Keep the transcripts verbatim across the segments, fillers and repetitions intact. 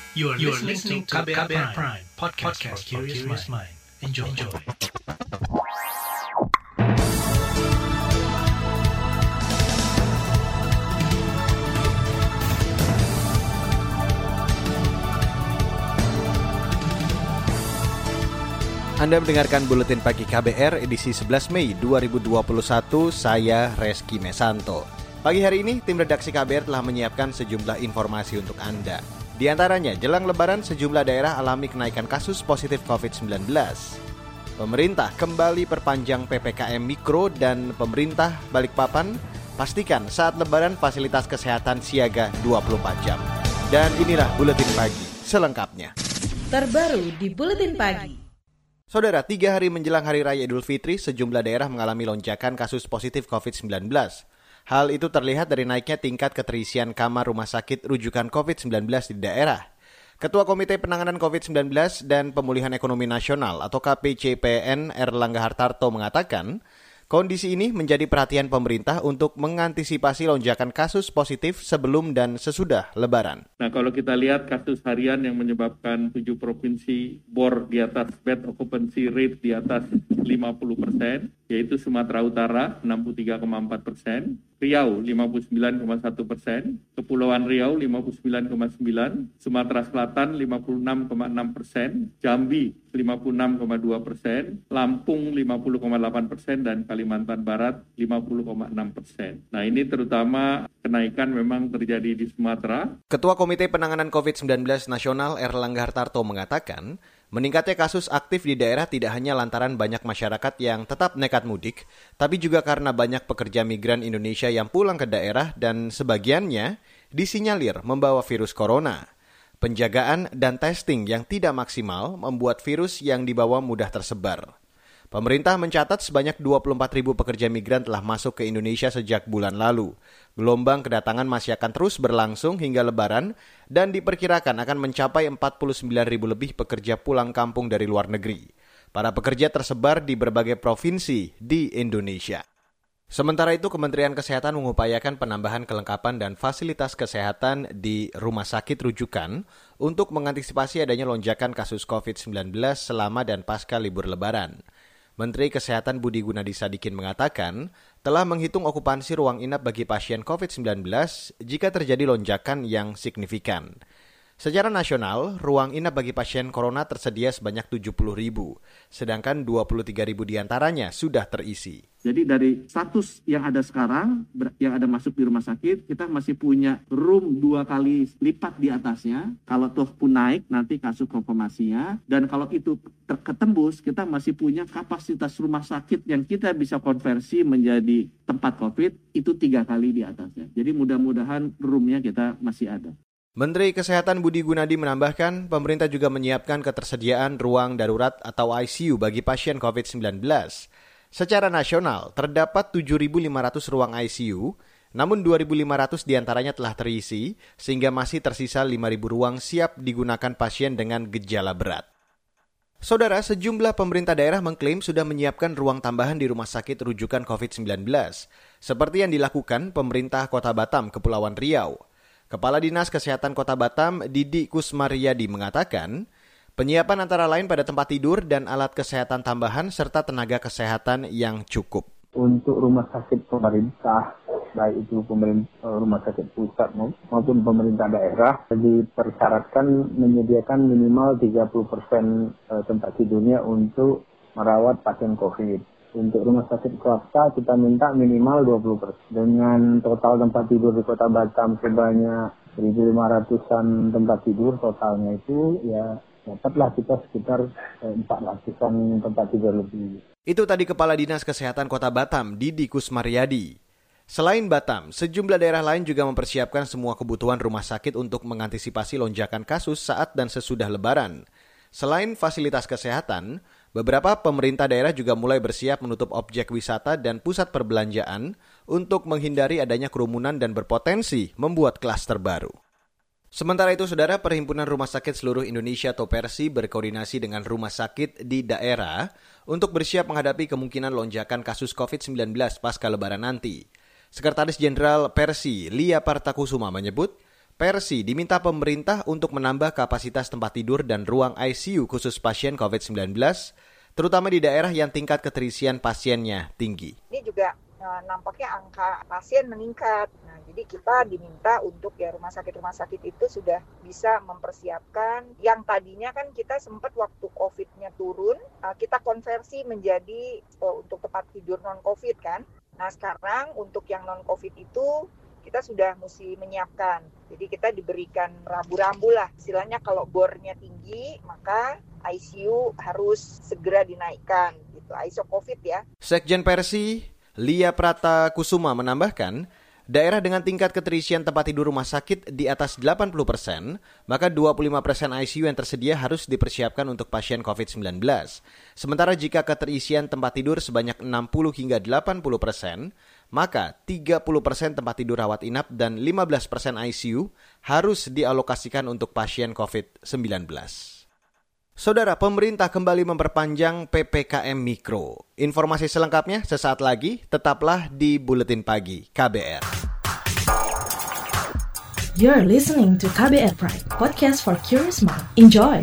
You are, you are listening to K B R Prime, podcast, podcast for curious mind. Enjoy. Enjoy. Anda mendengarkan Buletin Pagi K B R edisi sebelas Mei dua ribu dua puluh satu, saya Reski Mesanto. Pagi hari ini, tim redaksi K B R telah menyiapkan sejumlah informasi untuk Anda. Di antaranya, jelang Lebaran sejumlah daerah alami kenaikan kasus positif covid sembilan belas. Pemerintah kembali perpanjang P P K M Mikro dan pemerintah Balikpapan pastikan saat Lebaran fasilitas kesehatan siaga dua puluh empat jam. Dan inilah Buletin Pagi selengkapnya. Terbaru di Buletin Pagi. Saudara, tiga hari menjelang Hari Raya Idul Fitri, sejumlah daerah mengalami lonjakan kasus positif covid sembilan belas. Hal itu terlihat dari naiknya tingkat keterisian kamar rumah sakit rujukan covid sembilan belas di daerah. Ketua Komite Penanganan covid sembilan belas dan Pemulihan Ekonomi Nasional atau K P C P N Erlangga Hartarto mengatakan, kondisi ini menjadi perhatian pemerintah untuk mengantisipasi lonjakan kasus positif sebelum dan sesudah Lebaran. Nah, kalau kita lihat kasus harian yang menyebabkan tujuh provinsi bor di atas bed occupancy rate di atas lima puluh persen, yaitu Sumatera Utara enam puluh tiga koma empat persen, Riau lima puluh sembilan koma satu persen, Kepulauan Riau lima puluh sembilan koma sembilan, Sumatera Selatan lima puluh enam koma enam persen, Jambi lima puluh enam koma dua persen, Lampung lima puluh koma delapan persen, dan Kalimantan Barat lima puluh koma enam persen. Nah, ini terutama kenaikan memang terjadi di Sumatera. Ketua Komite Penanganan covid sembilan belas Nasional Erlangga Hartarto mengatakan, meningkatnya kasus aktif di daerah tidak hanya lantaran banyak masyarakat yang tetap nekat mudik, tapi juga karena banyak pekerja migran Indonesia yang pulang ke daerah dan sebagiannya disinyalir membawa virus corona. Penjagaan dan testing yang tidak maksimal membuat virus yang dibawa mudah tersebar. Pemerintah mencatat sebanyak dua puluh empat ribu pekerja migran telah masuk ke Indonesia sejak bulan lalu. Gelombang kedatangan masih akan terus berlangsung hingga Lebaran dan diperkirakan akan mencapai empat puluh sembilan ribu lebih pekerja pulang kampung dari luar negeri. Para pekerja tersebar di berbagai provinsi di Indonesia. Sementara itu, Kementerian Kesehatan mengupayakan penambahan kelengkapan dan fasilitas kesehatan di rumah sakit rujukan untuk mengantisipasi adanya lonjakan kasus covid sembilan belas selama dan pasca libur Lebaran. Menteri Kesehatan Budi Gunadi Sadikin mengatakan telah menghitung okupansi ruang inap bagi pasien covid sembilan belas jika terjadi lonjakan yang signifikan. Secara nasional, ruang inap bagi pasien corona tersedia sebanyak tujuh puluh ribu, sedangkan dua puluh tiga ribu diantaranya sudah terisi. Jadi dari status yang ada sekarang, yang ada masuk di rumah sakit, kita masih punya room dua kali lipat di atasnya. Kalau toh pun naik, nanti kasus konfirmasinya. Dan kalau itu terketembus, kita masih punya kapasitas rumah sakit yang kita bisa konversi menjadi tempat COVID, itu tiga kali di atasnya. Jadi mudah-mudahan roomnya kita masih ada. Menteri Kesehatan Budi Gunadi menambahkan, pemerintah juga menyiapkan ketersediaan ruang darurat atau I C U bagi pasien covid sembilan belas. Secara nasional, terdapat tujuh ribu lima ratus ruang I C U, namun dua ribu lima ratus diantaranya telah terisi, sehingga masih tersisa lima ribu ruang siap digunakan pasien dengan gejala berat. Saudara, sejumlah pemerintah daerah mengklaim sudah menyiapkan ruang tambahan di rumah sakit rujukan covid sembilan belas, seperti yang dilakukan pemerintah Kota Batam, Kepulauan Riau. Kepala Dinas Kesehatan Kota Batam, Didi Kusmaryadi mengatakan, penyiapan antara lain pada tempat tidur dan alat kesehatan tambahan serta tenaga kesehatan yang cukup. Untuk rumah sakit pemerintah, baik itu pemerintah, rumah sakit pusat maupun pemerintah daerah, dipersyaratkan menyediakan minimal tiga puluh persen tempat tidurnya untuk merawat pasien COVID. Untuk rumah sakit swasta kita minta minimal dua puluh persen. Dengan total tempat tidur di Kota Batam sebanyak seribu lima ratusan tempat tidur totalnya itu, ya dapatlah kita sekitar empat ratusan tempat tidur lebih. Itu tadi Kepala Dinas Kesehatan Kota Batam, Didi Kusmaryadi. Selain Batam, sejumlah daerah lain juga mempersiapkan semua kebutuhan rumah sakit untuk mengantisipasi lonjakan kasus saat dan sesudah Lebaran. Selain fasilitas kesehatan, beberapa pemerintah daerah juga mulai bersiap menutup objek wisata dan pusat perbelanjaan untuk menghindari adanya kerumunan dan berpotensi membuat klaster baru. Sementara itu, Saudara, Perhimpunan Rumah Sakit Seluruh Indonesia atau Persi berkoordinasi dengan rumah sakit di daerah untuk bersiap menghadapi kemungkinan lonjakan kasus covid sembilan belas pasca Lebaran nanti. Sekretaris Jenderal Persi, Lia Partakusuma menyebut, Persi diminta pemerintah untuk menambah kapasitas tempat tidur dan ruang I C U khusus pasien covid sembilan belas, terutama di daerah yang tingkat keterisian pasiennya tinggi. Ini juga nah, nampaknya angka pasien meningkat. Nah, jadi kita diminta untuk ya rumah sakit-rumah sakit itu sudah bisa mempersiapkan yang tadinya kan kita sempat waktu COVID-nya turun, kita konversi menjadi uh, untuk tempat tidur non-COVID kan. Nah, sekarang untuk yang non-COVID itu kita sudah mesti menyiapkan. Jadi kita diberikan rambu-rambu lah. Istilahnya kalau bornya tinggi, maka I C U harus segera dinaikkan. Gitu. I S O COVID ya. Sekjen Persi, Lia Prata Kusuma menambahkan, daerah dengan tingkat keterisian tempat tidur rumah sakit di atas delapan puluh persen, maka dua puluh lima persen I C U yang tersedia harus dipersiapkan untuk pasien covid sembilan belas. Sementara jika keterisian tempat tidur sebanyak enam puluh hingga delapan puluh persen, maka tiga puluh persen tempat tidur rawat inap dan lima belas persen I C U harus dialokasikan untuk pasien covid sembilan belas. Saudara, pemerintah kembali memperpanjang P P K M Mikro. Informasi selengkapnya sesaat lagi, tetaplah di Buletin Pagi K B R. You're listening to K B R Prime, podcast for curious mind. Enjoy!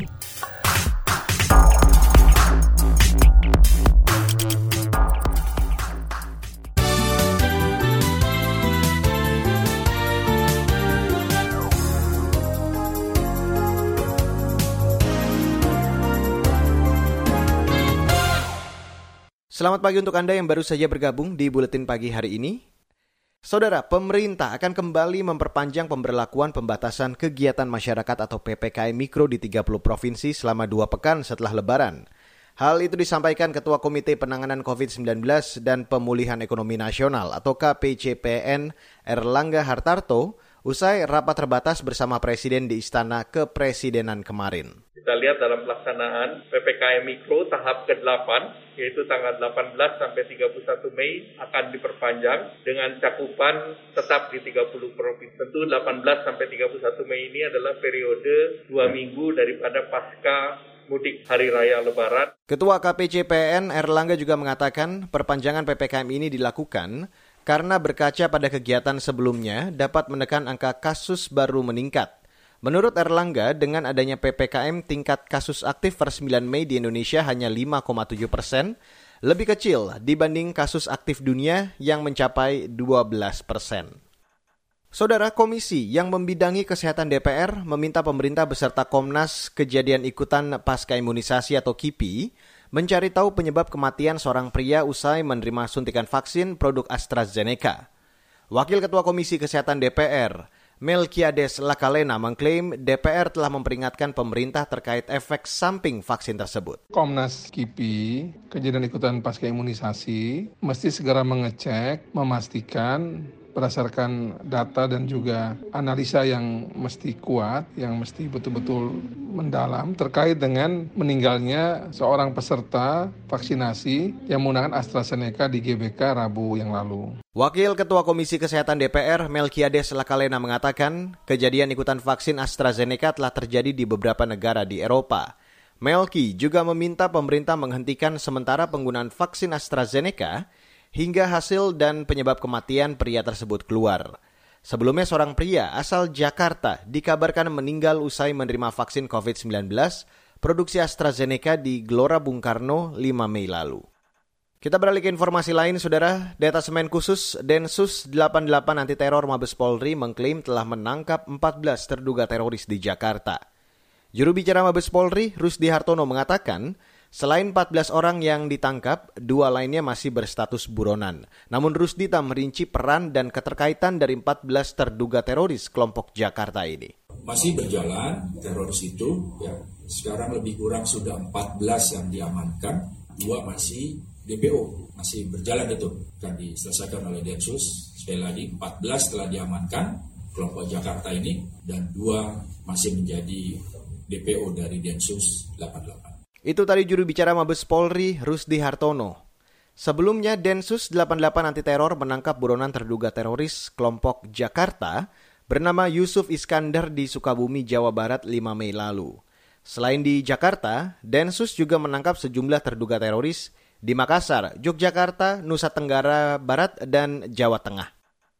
Selamat pagi untuk Anda yang baru saja bergabung di Buletin Pagi hari ini. Saudara, pemerintah akan kembali memperpanjang pemberlakuan pembatasan kegiatan masyarakat atau P P K M Mikro di tiga puluh provinsi selama dua pekan setelah Lebaran. Hal itu disampaikan Ketua Komite Penanganan covid sembilan belas dan Pemulihan Ekonomi Nasional atau K P C P N Erlangga Hartarto usai rapat terbatas bersama Presiden di Istana Kepresidenan kemarin. Kita lihat dalam pelaksanaan P P K M Mikro tahap kedelapan, yaitu tanggal delapan belas sampai tiga puluh satu Mei akan diperpanjang dengan cakupan tetap di tiga puluh provinsi. Tentu delapan belas sampai tiga puluh satu Mei ini adalah periode dua minggu daripada pasca mudik Hari Raya Lebaran. Ketua K P C P N Erlangga juga mengatakan perpanjangan P P K M ini dilakukan karena berkaca pada kegiatan sebelumnya dapat menekan angka kasus baru meningkat. Menurut Erlangga, dengan adanya P P K M, tingkat kasus aktif per sembilan Mei di Indonesia hanya lima koma tujuh persen, lebih kecil dibanding kasus aktif dunia yang mencapai dua belas persen. Saudara, komisi yang membidangi kesehatan D P R meminta pemerintah beserta Komnas Kejadian Ikutan Pasca Imunisasi atau K I P I mencari tahu penyebab kematian seorang pria usai menerima suntikan vaksin produk AstraZeneca. Wakil Ketua Komisi Kesehatan D P R, Melkiades Lakalena mengklaim D P R telah memperingatkan pemerintah terkait efek samping vaksin tersebut. Komnas K I P I, Kejadian Ikutan Pasca Imunisasi, mesti segera mengecek, memastikan berdasarkan data dan juga analisa yang mesti kuat, yang mesti betul-betul mendalam terkait dengan meninggalnya seorang peserta vaksinasi yang menggunakan AstraZeneca di G B K Rabu yang lalu. Wakil Ketua Komisi Kesehatan D P R, Melkiades Lakalena mengatakan, kejadian ikutan vaksin AstraZeneca telah terjadi di beberapa negara di Eropa. Melki juga meminta pemerintah menghentikan sementara penggunaan vaksin AstraZeneca hingga hasil dan penyebab kematian pria tersebut keluar. Sebelumnya seorang pria asal Jakarta dikabarkan meninggal usai menerima vaksin covid sembilan belas produksi AstraZeneca di Gelora Bung Karno lima Mei lalu. Kita beralih ke informasi lain, Saudara. Detasemen Khusus Densus delapan puluh delapan Anti Teror Mabes Polri mengklaim telah menangkap empat belas terduga teroris di Jakarta. Juru bicara Mabes Polri, Rusdi Hartono mengatakan, selain empat belas orang yang ditangkap, dua lainnya masih berstatus buronan. Namun Rusdi tak merinci peran dan keterkaitan dari empat belas terduga teroris kelompok Jakarta ini. Masih berjalan teroris itu, ya. Sekarang lebih kurang sudah empat belas yang diamankan, dua masih D P O, masih berjalan itu. Akan diselesaikan oleh Densus. Sekali lagi, empat belas telah diamankan kelompok Jakarta ini, dan dua masih menjadi D P O dari Densus delapan puluh delapan. Itu tadi juru bicara Mabes Polri, Rusdi Hartono. Sebelumnya, Densus delapan puluh delapan Anti Teror menangkap buronan terduga teroris kelompok Jakarta bernama Yusuf Iskandar di Sukabumi, Jawa Barat lima Mei lalu. Selain di Jakarta, Densus juga menangkap sejumlah terduga teroris di Makassar, Yogyakarta, Nusa Tenggara Barat, dan Jawa Tengah.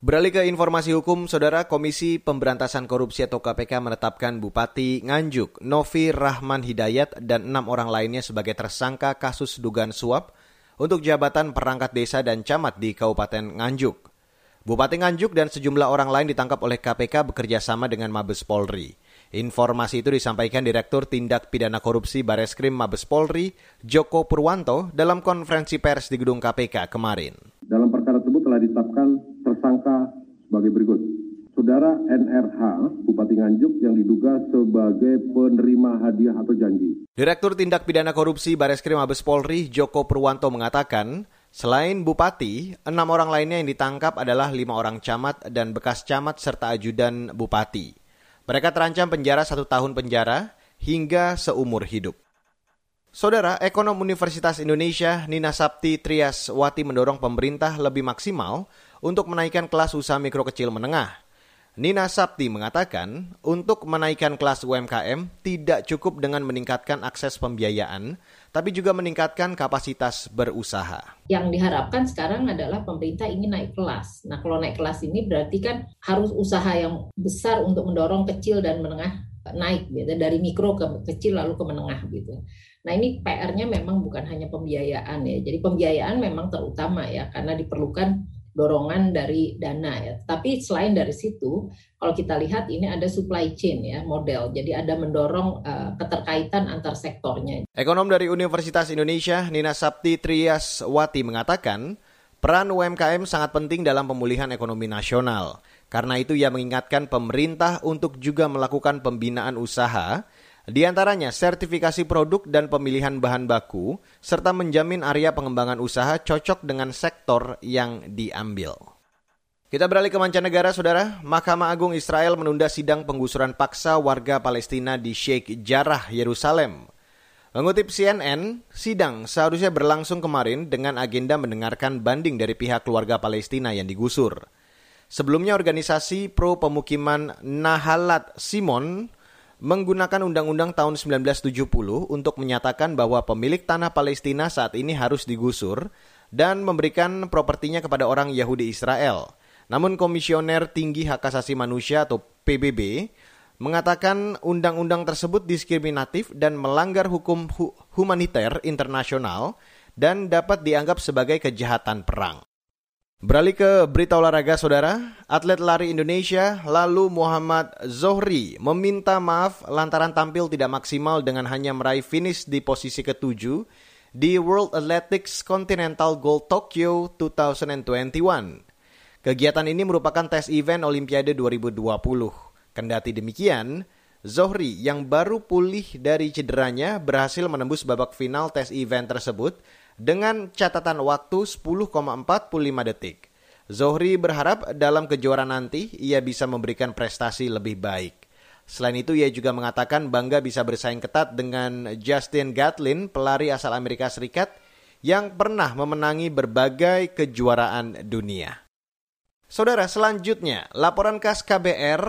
Beralih ke informasi hukum, Saudara, Komisi Pemberantasan Korupsi atau K P K menetapkan Bupati Nganjuk, Novi Rahman Hidayat, dan enam orang lainnya sebagai tersangka kasus dugaan suap untuk jabatan perangkat desa dan camat di Kabupaten Nganjuk. Bupati Nganjuk dan sejumlah orang lain ditangkap oleh K P K bekerja sama dengan Mabes Polri. Informasi itu disampaikan Direktur Tindak Pidana Korupsi Bareskrim Mabes Polri, Joko Purwanto, dalam konferensi pers di gedung K P K kemarin. Dalam perkara tersebut telah ditetapkan tersangka sebagai berikut. Saudara N R H, Bupati Nganjuk yang diduga sebagai penerima hadiah atau janji. Direktur Tindak Pidana Korupsi Bareskrim Mabes Polri, Joko Purwanto mengatakan, selain Bupati, enam orang lainnya yang ditangkap adalah lima orang camat dan bekas camat serta ajudan Bupati. Mereka terancam penjara satu tahun penjara hingga seumur hidup. Saudara, Ekonom Universitas Indonesia Nina Sapti Triaswati mendorong pemerintah lebih maksimal untuk menaikkan kelas usaha mikro kecil menengah. Nina Sapti mengatakan, untuk menaikkan kelas U M K M tidak cukup dengan meningkatkan akses pembiayaan, tapi juga meningkatkan kapasitas berusaha. Yang diharapkan sekarang adalah pemerintah ingin naik kelas. Nah, kalau naik kelas ini berarti kan harus usaha yang besar untuk mendorong kecil dan menengah naik, gitu, dari mikro ke kecil lalu ke menengah gitu. Nah, ini P R-nya memang bukan hanya pembiayaan ya. Jadi pembiayaan memang terutama ya, karena diperlukan dorongan dari dana ya. Tapi selain dari situ, kalau kita lihat ini ada supply chain ya, model. Jadi ada mendorong uh, keterkaitan antar sektornya. Ekonom dari Universitas Indonesia Nina Sapti Triaswati mengatakan, peran U M K M sangat penting dalam pemulihan ekonomi nasional. Karena itu ia mengingatkan pemerintah untuk juga melakukan pembinaan usaha, di antaranya sertifikasi produk dan pemilihan bahan baku, serta menjamin area pengembangan usaha cocok dengan sektor yang diambil. Kita beralih ke mancanegara, Saudara. Mahkamah Agung Israel menunda sidang penggusuran paksa warga Palestina di Sheikh Jarrah, Yerusalem. Mengutip C N N, sidang seharusnya berlangsung kemarin dengan agenda mendengarkan banding dari pihak keluarga Palestina yang digusur. Sebelumnya organisasi pro pemukiman Nahalat Simon menggunakan Undang-Undang tahun sembilan belas tujuh puluh untuk menyatakan bahwa pemilik tanah Palestina saat ini harus digusur dan memberikan propertinya kepada orang Yahudi Israel. Namun Komisioner Tinggi Hak Asasi Manusia atau P B B mengatakan undang-undang tersebut diskriminatif dan melanggar hukum hu- humaniter internasional dan dapat dianggap sebagai kejahatan perang. Beralih ke berita olahraga, Saudara. Atlet lari Indonesia lalu Muhammad Zohri meminta maaf lantaran tampil tidak maksimal dengan hanya meraih finish di posisi ketujuh di World Athletics Continental Gold Tokyo dua ribu dua puluh satu. Kegiatan ini merupakan tes event Olimpiade dua ribu dua puluh. Kendati demikian, Zohri yang baru pulih dari cederanya berhasil menembus babak final tes event tersebut dengan catatan waktu sepuluh koma empat puluh lima detik. Zohri berharap dalam kejuaraan nanti ia bisa memberikan prestasi lebih baik. Selain itu, ia juga mengatakan bangga bisa bersaing ketat dengan Justin Gatlin, pelari asal Amerika Serikat yang pernah memenangi berbagai kejuaraan dunia. Saudara, selanjutnya laporan khas K B R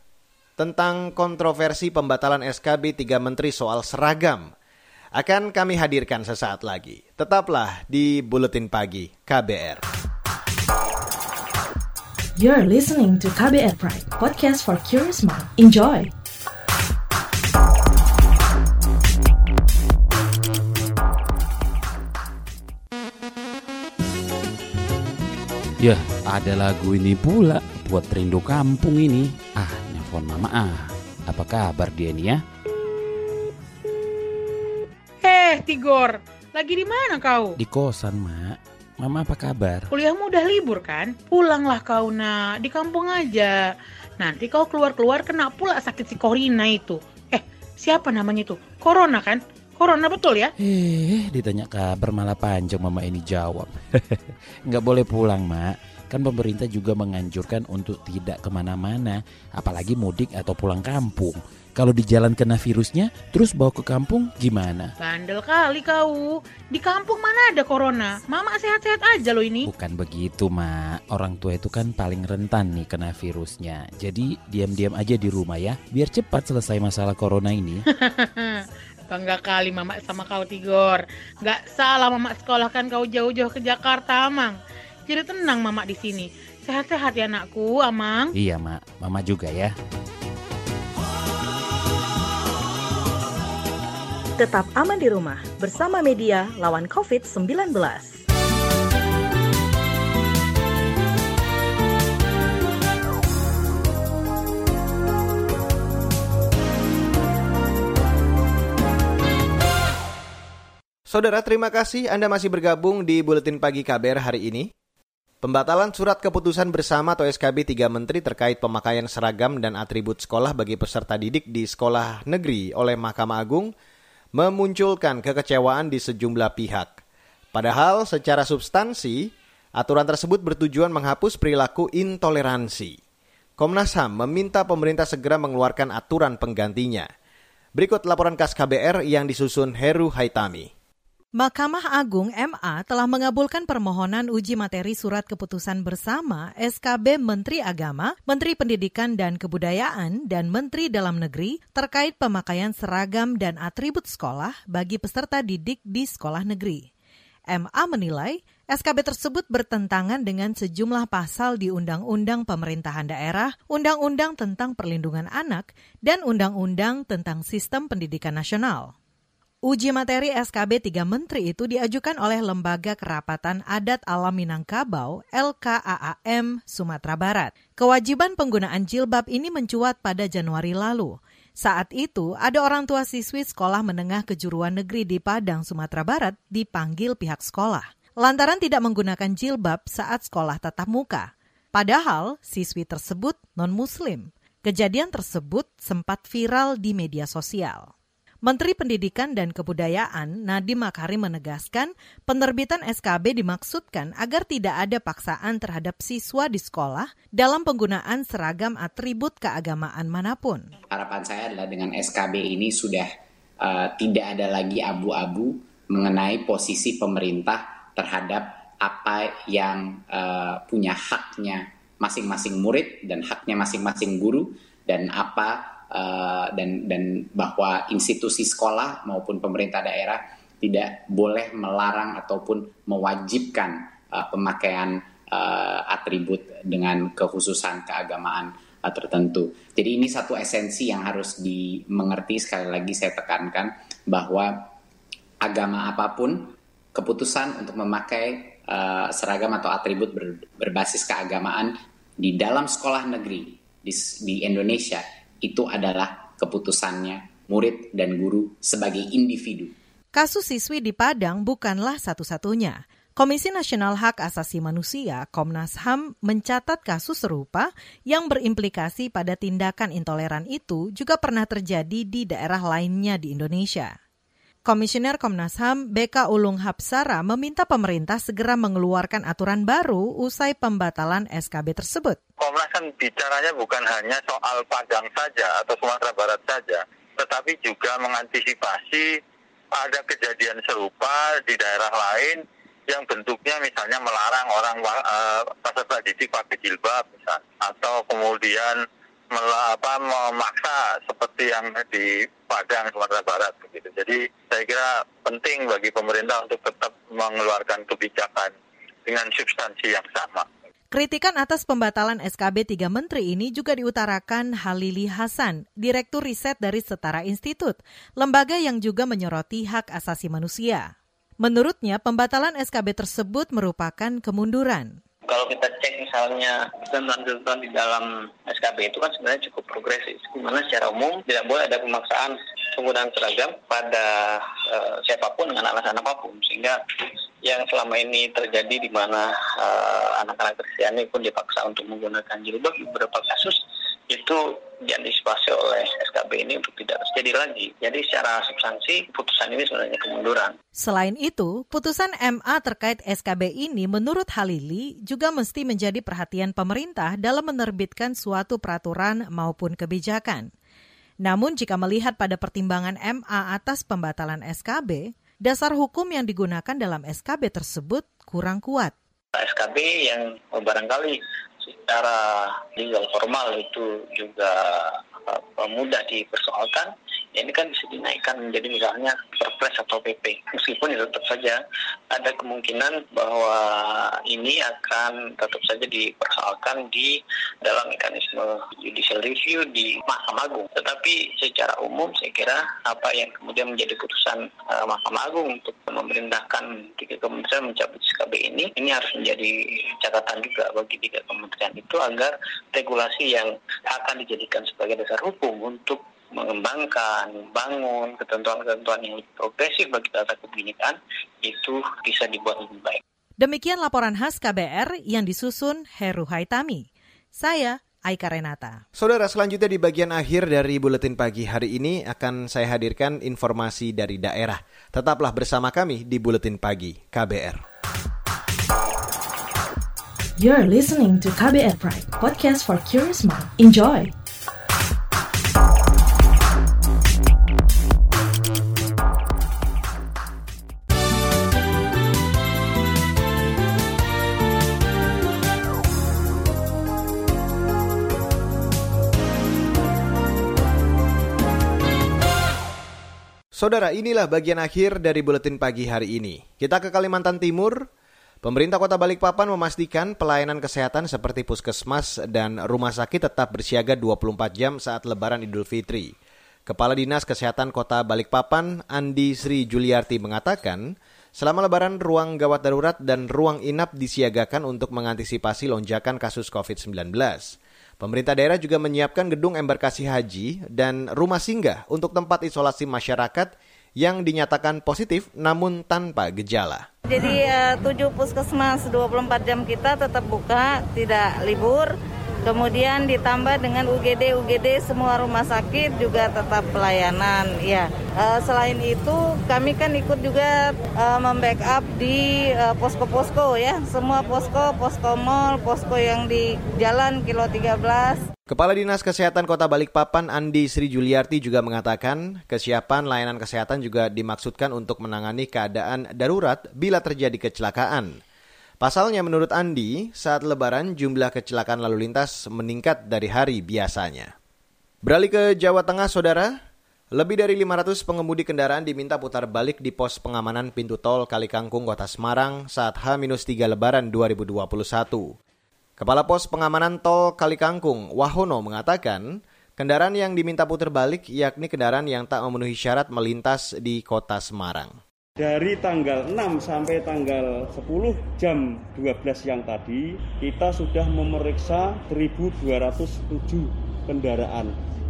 tentang kontroversi pembatalan S K B tiga menteri soal seragam akan kami hadirkan sesaat lagi. Tetaplah di Buletin Pagi K B R. You're listening to K B R Pride, podcast for curious mind. Enjoy! Yah, ada lagu ini pula buat rindu kampung ini. Ah, nelfon mama ah. Apa kabar dia nih ya? Eh, Tigor, lagi di mana kau? Di kosan, Mak. Mama apa kabar? Kuliahmu udah libur kan? Pulanglah kau, nak. Di kampung aja. Nanti kau keluar-keluar kena pula sakit si Corina itu. Eh, siapa namanya itu? Corona kan? Corona betul ya? Eh, ditanya kabar malah panjang mama ini jawab. Nggak boleh pulang, Mak. Kan pemerintah juga menganjurkan untuk tidak kemana-mana, apalagi mudik atau pulang kampung. Kalau di jalan kena virusnya, terus bawa ke kampung gimana? Bandel kali kau. Di kampung mana ada corona? Mama sehat-sehat aja loh ini. Bukan begitu, Mak. Orang tua itu kan paling rentan nih kena virusnya. Jadi diam-diam aja di rumah ya, biar cepat selesai masalah corona ini. Bangga kali Mama sama kau, Tigor. Gak salah Mama sekolahkan kau jauh-jauh ke Jakarta, Mang. Jadi tenang Mama di sini. Sehat-sehat ya anakku, Amang. Iya, Mak. Mama juga ya. Tetap aman di rumah bersama media lawan covid sembilan belas. Saudara, terima kasih Anda masih bergabung di Buletin Pagi K B R hari ini. Pembatalan surat keputusan bersama atau S K B tiga Menteri terkait pemakaian seragam dan atribut sekolah bagi peserta didik di sekolah negeri oleh Mahkamah Agung memunculkan kekecewaan di sejumlah pihak. Padahal secara substansi, aturan tersebut bertujuan menghapus perilaku intoleransi. Komnas H A M meminta pemerintah segera mengeluarkan aturan penggantinya. Berikut laporan khas K B R yang disusun Heru Haitami. Mahkamah Agung M A telah mengabulkan permohonan uji materi surat keputusan bersama S K B Menteri Agama, Menteri Pendidikan dan Kebudayaan, dan Menteri Dalam Negeri terkait pemakaian seragam dan atribut sekolah bagi peserta didik di sekolah negeri. M A menilai S K B tersebut bertentangan dengan sejumlah pasal di Undang-Undang Pemerintahan Daerah, Undang-Undang tentang Perlindungan Anak, dan Undang-Undang tentang Sistem Pendidikan Nasional. Uji materi S K B tiga Menteri itu diajukan oleh Lembaga Kerapatan Adat Alam Minangkabau L K A A M Sumatera Barat. Kewajiban penggunaan jilbab ini mencuat pada Januari lalu. Saat itu, ada orang tua siswi sekolah menengah kejuruan negeri di Padang, Sumatera Barat dipanggil pihak sekolah lantaran tidak menggunakan jilbab saat sekolah tatap muka. Padahal siswi tersebut non-muslim. Kejadian tersebut sempat viral di media sosial. Menteri Pendidikan dan Kebudayaan Nadiem Makarim menegaskan penerbitan S K B dimaksudkan agar tidak ada paksaan terhadap siswa di sekolah dalam penggunaan seragam atribut keagamaan manapun. Harapan saya adalah dengan S K B ini sudah uh, tidak ada lagi abu-abu mengenai posisi pemerintah terhadap apa yang uh, punya haknya masing-masing murid dan haknya masing-masing guru dan apa Uh, dan dan bahwa institusi sekolah maupun pemerintah daerah tidak boleh melarang ataupun mewajibkan uh, pemakaian uh, atribut dengan kekhususan keagamaan uh, tertentu. Jadi ini satu esensi yang harus dimengerti. Sekali lagi saya tekankan bahwa agama apapun, keputusan untuk memakai uh, seragam atau atribut ber, berbasis keagamaan di dalam sekolah negeri di, di Indonesia itu adalah keputusannya murid dan guru sebagai individu. Kasus siswi di Padang bukanlah satu-satunya. Komisi Nasional Hak Asasi Manusia, Komnas H A M, mencatat kasus serupa yang berimplikasi pada tindakan intoleran itu juga pernah terjadi di daerah lainnya di Indonesia. Komisioner Komnas H A M B K Ulung Hapsara meminta pemerintah segera mengeluarkan aturan baru usai pembatalan S K B tersebut. Komnas kan bicaranya bukan hanya soal Padang saja atau Sumatera Barat saja, tetapi juga mengantisipasi ada kejadian serupa di daerah lain yang bentuknya misalnya melarang orang uh, peserta didik pakai jilbab misalnya, atau kemudian mel- apa, memaksa seperti yang di Padang, Sumatera Barat begitu. Jadi saya kira penting bagi pemerintah untuk tetap mengeluarkan kebijakan dengan substansi yang sama. Kritikan atas pembatalan S K B tiga Menteri ini juga diutarakan Halili Hasan, Direktur Riset dari Setara Institut, lembaga yang juga menyoroti hak asasi manusia. Menurutnya, pembatalan S K B tersebut merupakan kemunduran. Kalau kita cek misalnya ketentuan-ketentuan di dalam S K B itu kan sebenarnya cukup progresif, di mana secara umum tidak boleh ada pemaksaan penggunaan seragam pada uh, siapapun dengan alasan apapun, sehingga yang selama ini terjadi di mana uh, anak-anak Kristiani pun dipaksa untuk menggunakan jilbab, beberapa kasus itu diantisipasi oleh S K B ini untuk tidak terjadi lagi. Jadi secara substansi putusan ini sebenarnya kemunduran. Selain itu, putusan M A terkait S K B ini menurut Halili juga mesti menjadi perhatian pemerintah dalam menerbitkan suatu peraturan maupun kebijakan. Namun jika melihat pada pertimbangan M A atas pembatalan S K B, dasar hukum yang digunakan dalam S K B tersebut kurang kuat. S K B yang barangkali secara legal formal itu juga uh, mudah dipersoalkan, Ya, ini kan bisa dinaikkan menjadi misalnya Perpres atau P P. Meskipun ya tetap saja ada kemungkinan bahwa ini akan tetap saja dipersoalkan di dalam mekanisme judicial review di Mahkamah Agung. Tetapi secara umum saya kira apa yang kemudian menjadi putusan uh, Mahkamah Agung untuk memerintahkan tiga kementerian mencabut S K B ini, ini harus menjadi catatan juga bagi tiga kementerian itu agar regulasi yang akan dijadikan sebagai dasar hukum untuk mengembangkan, membangun ketentuan-ketentuan yang lebih progresif bagi tata kebinekaan itu bisa dibuat lebih baik. Demikian laporan khas K B R yang disusun Heru Haitami. Saya Aika Renata. Saudara, selanjutnya di bagian akhir dari Buletin Pagi hari ini akan saya hadirkan informasi dari daerah. Tetaplah bersama kami di Buletin Pagi K B R. You're listening to K B R Pride, podcast for curious mind. Enjoy! Saudara, inilah bagian akhir dari Buletin Pagi hari ini. Kita ke Kalimantan Timur. Pemerintah Kota Balikpapan memastikan pelayanan kesehatan seperti puskesmas dan rumah sakit tetap bersiaga dua puluh empat jam saat Lebaran Idul Fitri. Kepala Dinas Kesehatan Kota Balikpapan, Andi Sri Juliarti mengatakan, selama Lebaran ruang gawat darurat dan ruang inap disiagakan untuk mengantisipasi lonjakan kasus covid sembilan belas. Pemerintah daerah juga menyiapkan gedung embarkasi haji dan rumah singgah untuk tempat isolasi masyarakat yang dinyatakan positif namun tanpa gejala. Jadi uh, tujuh puskesmas dua puluh empat jam kita tetap buka, tidak libur. Kemudian ditambah dengan U G D U G D semua rumah sakit juga tetap pelayanan. Ya, uh, selain itu kami kan ikut juga uh, membackup di uh, posko-posko ya, semua posko, posko mall, posko yang di Jalan Kilo tiga belas. Kepala Dinas Kesehatan Kota Balikpapan Andi Sri Juliarti juga mengatakan kesiapan layanan kesehatan juga dimaksudkan untuk menangani keadaan darurat bila terjadi kecelakaan. Pasalnya menurut Andi, saat Lebaran jumlah kecelakaan lalu lintas meningkat dari hari biasanya. Beralih ke Jawa Tengah, Saudara. Lebih dari lima ratus pengemudi kendaraan diminta putar balik di pos pengamanan pintu tol Kalikangkung, Kota Semarang saat H tiga Lebaran dua ribu dua puluh satu. Kepala Pos Pengamanan Tol Kalikangkung, Wahono, mengatakan kendaraan yang diminta putar balik yakni kendaraan yang tak memenuhi syarat melintas di Kota Semarang. Dari tanggal enam sampai tanggal sepuluh jam dua belas siang tadi, kita sudah memeriksa seribu dua ratus tujuh kendaraan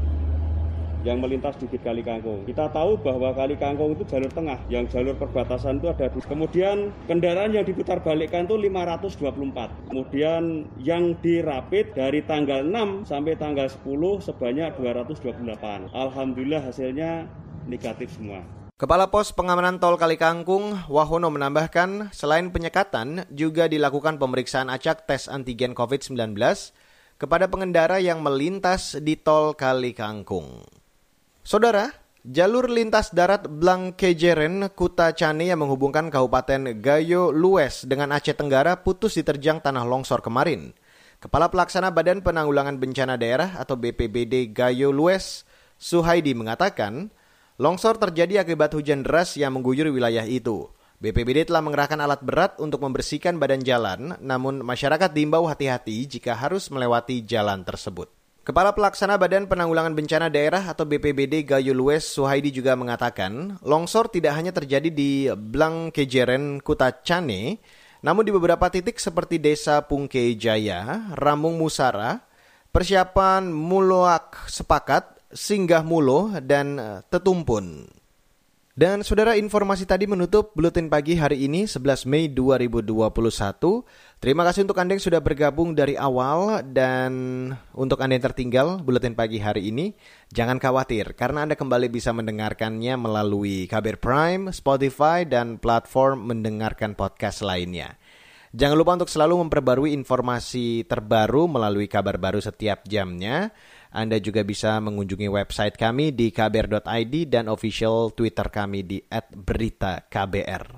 yang melintas di Kalikangkung. Kita tahu bahwa Kalikangkung itu jalur tengah, yang jalur perbatasan itu ada di. Kemudian kendaraan yang diputar balikkan itu lima ratus dua puluh empat. Kemudian yang dirapid dari tanggal enam sampai tanggal sepuluh sebanyak dua ratus dua puluh delapan. Alhamdulillah hasilnya negatif semua. Kepala Pos Pengamanan Tol Kalikangkung, Wahono, menambahkan selain penyekatan juga dilakukan pemeriksaan acak tes antigen covid sembilan belas kepada pengendara yang melintas di Tol Kalikangkung. Saudara, jalur lintas darat Blangkejeren Kuta Cane yang menghubungkan Kabupaten Gayo Lues dengan Aceh Tenggara putus diterjang tanah longsor kemarin. Kepala Pelaksana Badan Penanggulangan Bencana Daerah atau B P B D Gayo Lues, Suhaidi, mengatakan longsor terjadi akibat hujan deras yang mengguyur wilayah itu. B P B D telah mengerahkan alat berat untuk membersihkan badan jalan, namun masyarakat diimbau hati-hati jika harus melewati jalan tersebut. Kepala Pelaksana Badan Penanggulangan Bencana Daerah atau B P B D Gayo Lues, Suhaidi, juga mengatakan longsor tidak hanya terjadi di Blangkejeren Kuta Cane, namun di beberapa titik seperti Desa Pungke Jaya, Ramung Musara, Persiapan Muloak Sepakat, Singgah Mulo, dan Tetumpun. Dan saudara, informasi tadi menutup Buletin Pagi hari ini sebelas Mei dua ribu dua puluh satu. Terima kasih untuk Anda yang sudah bergabung dari awal, dan untuk Anda yang tertinggal Buletin Pagi hari ini, jangan khawatir karena Anda kembali bisa mendengarkannya melalui K B R Prime, Spotify, dan platform mendengarkan podcast lainnya. Jangan lupa untuk selalu memperbarui informasi terbaru melalui kabar baru setiap jamnya. Anda juga bisa mengunjungi website kami di k b r dot i d dan official Twitter kami di at berita k b r.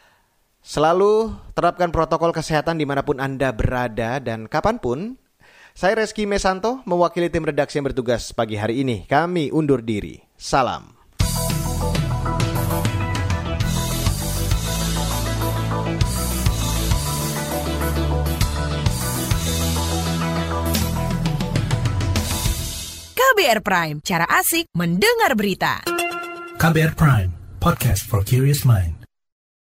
Selalu terapkan protokol kesehatan dimanapun Anda berada dan kapanpun. Saya Reski Mesanto, mewakili tim redaksi yang bertugas pagi hari ini. Kami undur diri. Salam. K B R Prime, cara asik mendengar berita. K B R Prime, podcast for curious mind.